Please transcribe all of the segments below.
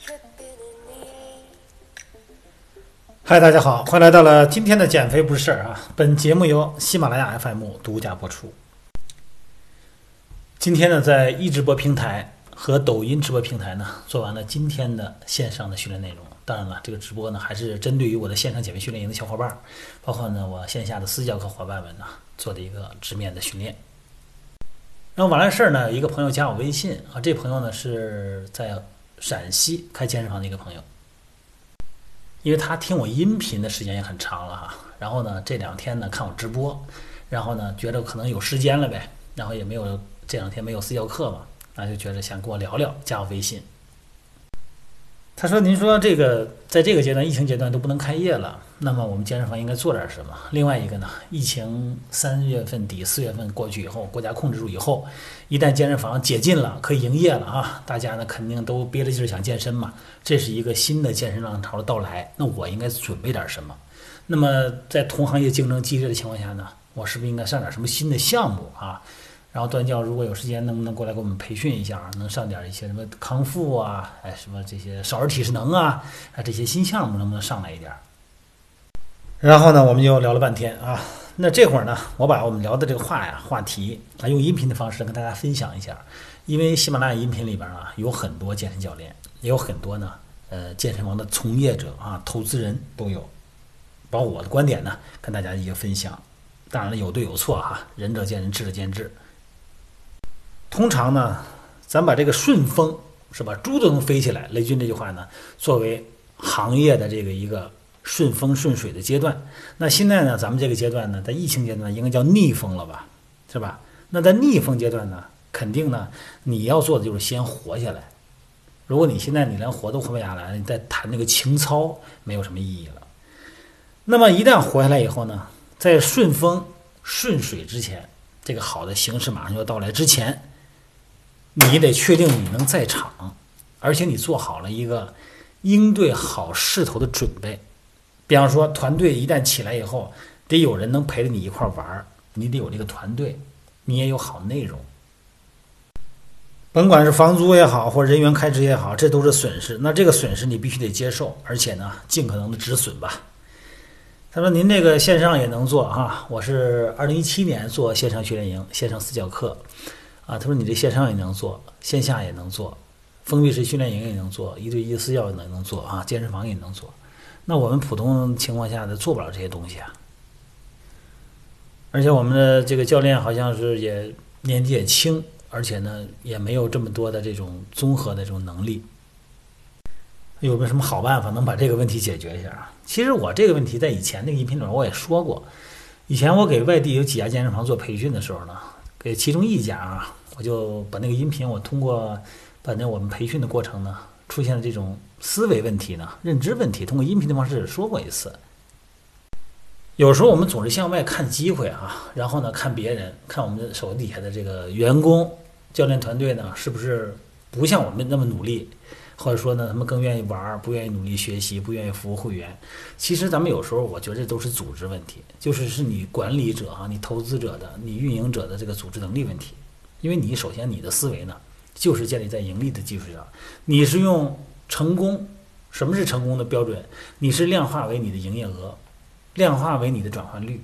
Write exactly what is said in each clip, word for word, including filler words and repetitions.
嗨，大家好，欢迎来到了今天的减肥不是事儿啊！本节目由喜马拉雅 F M 独家播出。今天呢，在一直播平台和抖音直播平台呢，做完了今天的线上的训练内容。当然了，这个直播呢，还是针对于我的线上减肥训练营的小伙伴，包括呢我线下的私教课伙伴们呢做的一个直面的训练。然后完了事儿呢，有一个朋友加我微信啊，这朋友呢是在陕西开健身房的一个朋友。因为他听我音频的时间也很长了哈，然后呢这两天呢看我直播，然后呢觉得可能有时间了呗，然后也没有这两天没有私教课嘛，那就觉得想跟我聊聊，加我微信。他说：“您说这个在这个阶段，疫情阶段都不能开业了，那么我们健身房应该做点什么？另外一个呢，疫情三月份底四月份过去以后，国家控制住以后，一旦健身房解禁了，可以营业了啊，大家呢肯定都憋着劲儿想健身嘛，这是一个新的健身浪潮的到来。那我应该准备点什么？那么在同行业竞争激烈的情况下呢，我是不是应该上点什么新的项目啊？”然后段教如果有时间，能不能过来给我们培训一下？能上点一些什么康复啊，哎，什么这些少儿体适能啊，啊这些新项目能不能上来一点？然后呢，我们就聊了半天啊。那这会儿呢，我把我们聊的这个话呀、话题啊，用音频的方式跟大家分享一下。因为喜马拉雅音频里边啊，有很多健身教练，也有很多呢，呃，健身房的从业者啊、投资人都有，把我的观点呢跟大家一个分享。当然了，有对有错哈、啊，仁者见仁，智者见智。通常呢，咱把这个顺风是吧，猪都能飞起来，雷军这句话呢，作为行业的这个一个顺风顺水的阶段。那现在呢，咱们这个阶段呢，在疫情阶段应该叫逆风了吧，是吧？那在逆风阶段呢，肯定呢，你要做的就是先活下来。如果你现在你连活都活不下来，你再谈那个情操，没有什么意义了。那么一旦活下来以后呢，在顺风顺水之前，这个好的形势马上要到来之前，你得确定你能在场，而且你做好了一个应对好势头的准备。比方说，团队一旦起来以后，得有人能陪着你一块玩，你得有这个团队，你也有好内容。甭管是房租也好，或者人员开支也好，这都是损失。那这个损失你必须得接受，而且呢，尽可能的止损吧。他说：“您这个线上也能做哈，我是二零一七年做线上训练营、线上私教课。”啊，他说你这线上也能做，线下也能做，封闭式训练营也能做，一对一私教也能做啊，健身房也能做。那我们普通情况下的做不了这些东西啊。而且我们的这个教练好像是也年纪也轻，而且呢也没有这么多的这种综合的这种能力。有没有什么好办法能把这个问题解决一下啊？其实我这个问题在以前那个音频里面我也说过，以前我给外地有几家健身房做培训的时候呢，给其中一家啊，我就把那个音频，我通过把那我们培训的过程呢，出现了这种思维问题呢、认知问题，通过音频的方式说过一次。有时候我们总是向外看机会啊，然后呢看别人，看我们的手底下的这个员工、教练团队呢，是不是不像我们那么努力，或者说呢他们更愿意玩，不愿意努力学习，不愿意服务会员。其实咱们有时候我觉得这都是组织问题，就是是你管理者啊，你投资者的，你运营者的这个组织能力问题。因为你首先你的思维呢，就是建立在盈利的基础上，你是用成功，什么是成功的标准？你是量化为你的营业额，量化为你的转换率，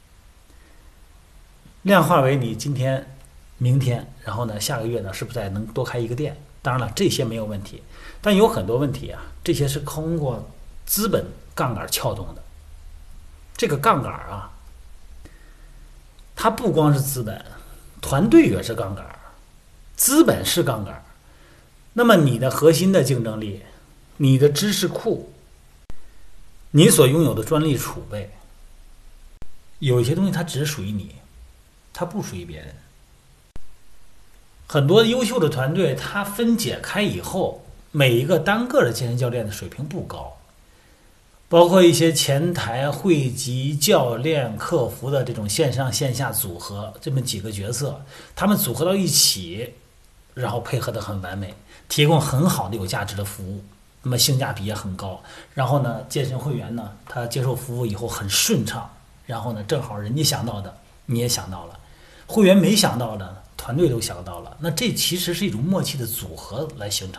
量化为你今天、明天，然后呢下个月呢是不是再能多开一个店？当然了，这些没有问题，但有很多问题啊，这些是通过资本杠杆撬动的。这个杠杆啊，它不光是资本。团队也是杠杆，资本是杠杆，那么你的核心的竞争力，你的知识库，你所拥有的专利储备，有一些东西它只属于你，它不属于别人。很多优秀的团队，它分解开以后，每一个单个的健身教练的水平不高，包括一些前台、会籍、教练、客服的这种线上线下组合，这么几个角色，他们组合到一起，然后配合得很完美，提供很好的有价值的服务，那么性价比也很高。然后呢，健身会员呢，他接受服务以后很顺畅，然后呢，正好人家想到的你也想到了，会员没想到的团队都想到了，那这其实是一种默契的组合来形成的。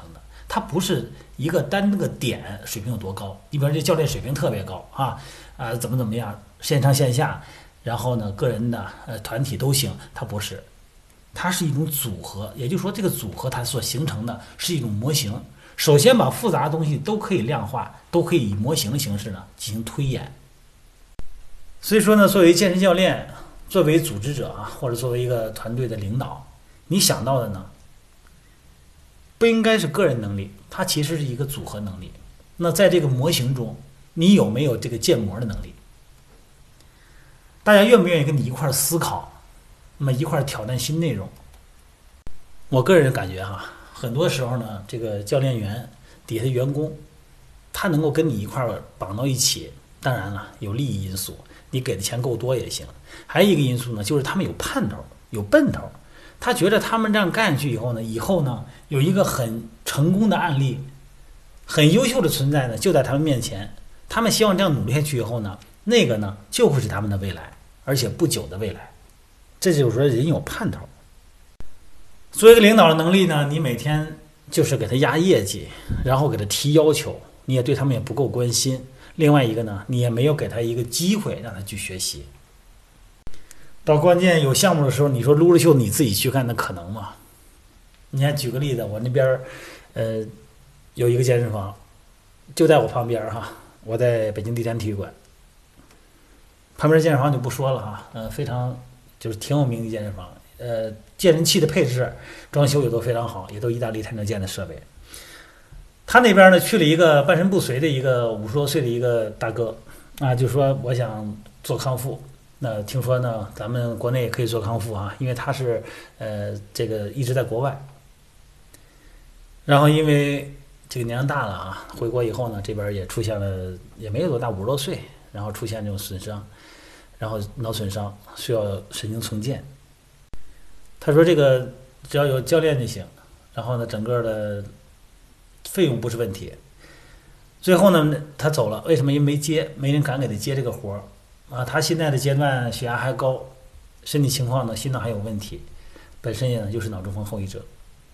它不是一个单个点水平有多高。你比如这教练水平特别高啊啊，怎么怎么样，线上线下，然后呢个人的呃团体都行，它不是，它是一种组合。也就是说，这个组合它所形成的是一种模型。首先把复杂的东西都可以量化，都可以以模型的形式呢进行推演。所以说呢，作为健身教练，作为组织者啊，或者作为一个团队的领导，你想到的呢，不应该是个人能力，它其实是一个组合能力。那在这个模型中，你有没有这个建模的能力？大家愿不愿意跟你一块儿思考，那么一块儿挑战新内容？我个人感觉哈，很多时候呢，这个教练员底下的员工，他能够跟你一块儿绑到一起，当然了，有利益因素，你给的钱够多也行。还有一个因素呢，就是他们有盼头，有奔头。他觉得他们这样干下去以后呢，以后呢有一个很成功的案例，很优秀的存在呢，就在他们面前。他们希望这样努力下去以后呢，那个呢就会是他们的未来，而且不久的未来。这就是说人有盼头。作为一个领导的能力呢，你每天就是给他压业绩，然后给他提要求，你也对他们也不够关心。另外一个呢，你也没有给他一个机会让他去学习。到关键有项目的时候，你说撸着袖你自己去干，那可能吗？你看，举个例子，我那边呃有一个健身房，就在我旁边哈，我在北京地坛体育馆旁边，健身房就不说了哈，呃，非常就是挺有名的健身房，呃，健身器的配置、装修也都非常好，也都意大利太能健的设备。他那边呢去了一个半身不遂的一个五十多岁的一个大哥啊，就说我想做康复。那听说呢，咱们国内也可以做康复啊，因为他是呃这个一直在国外，然后因为这个年龄大了啊，回国以后呢，这边也出现了也没有多大，五十多岁，然后出现这种损伤，然后脑损伤需要神经重建。他说这个只要有教练就行，然后呢整个的费用不是问题。最后呢他走了，为什么？因为没接，没人敢给他接这个活儿。啊，他现在的阶段血压还高，身体情况呢，心脏还有问题，本身也呢就是脑中风后遗症。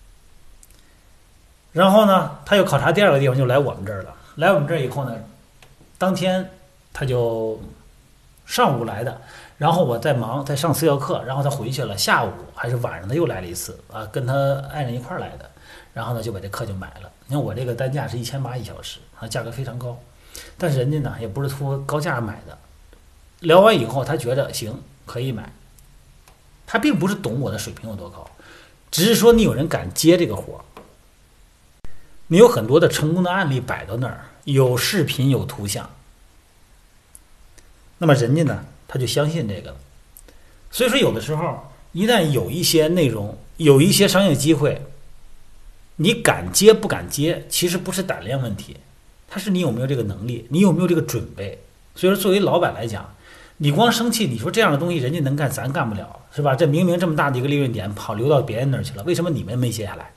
然后呢，他又考察第二个地方，就来我们这儿了。来我们这儿以后呢，当天他就上午来的，然后我在忙，在上私教课，然后他回去了。下午还是晚上他又来了一次啊，跟他爱人一块儿来的，然后呢就把这课就买了。你看我这个单价是一千八一小时，啊，价格非常高，但是人家呢也不是图高价买的。聊完以后，他觉得行，可以买。他并不是懂我的水平有多高，只是说你有人敢接这个活，你有很多的成功的案例摆到那儿，有视频有图像，那么人家呢，他就相信这个了。所以说，有的时候一旦有一些内容，有一些商业机会，你敢接不敢接，其实不是胆量问题，它是你有没有这个能力，你有没有这个准备。所以说，作为老板来讲，你光生气，你说这样的东西人家能干，咱干不了，是吧？这明明这么大的一个利润点，跑流到别人那儿去了，为什么你们没接下来？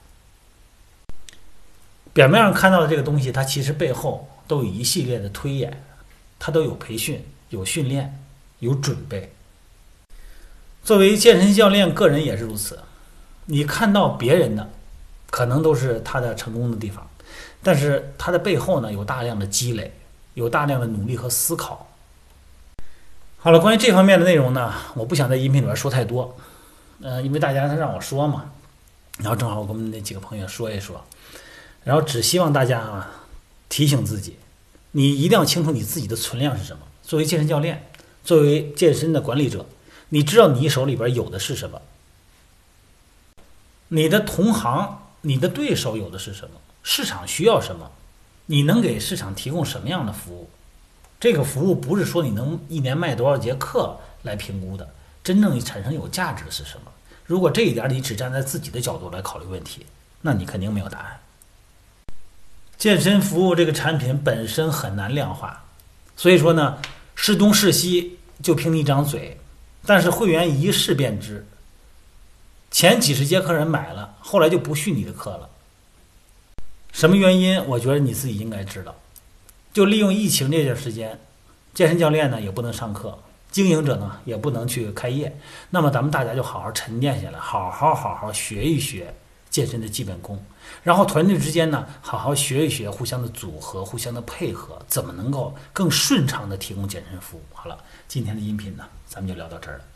表面上看到的这个东西，它其实背后都有一系列的推演，它都有培训、有训练、有准备。作为健身教练，个人也是如此。你看到别人的，可能都是他的成功的地方，但是他的背后呢，有大量的积累，有大量的努力和思考。好了，关于这方面的内容呢，我不想在音频里边说太多，呃，因为大家他让我说嘛，然后正好我跟我们那几个朋友说一说，然后只希望大家啊提醒自己，你一定要清楚你自己的存量是什么。作为健身教练，作为健身的管理者，你知道你手里边有的是什么，你的同行、你的对手有的是什么，市场需要什么，你能给市场提供什么样的服务。这个服务不是说你能一年卖多少节课来评估的，真正产生有价值的是什么？如果这一点你只站在自己的角度来考虑问题，那你肯定没有答案。健身服务这个产品本身很难量化，所以说呢，是东是西就凭你一张嘴，但是会员一试便知，前几十节课人买了，后来就不续你的课了。什么原因？我觉得你自己应该知道。就利用疫情这段时间，健身教练呢也不能上课，经营者呢也不能去开业，那么咱们大家就好好沉淀下来，好好好好学一学健身的基本功，然后团队之间呢，好好学一学互相的组合、互相的配合，怎么能够更顺畅的提供健身服务。好了，今天的音频呢，咱们就聊到这儿了。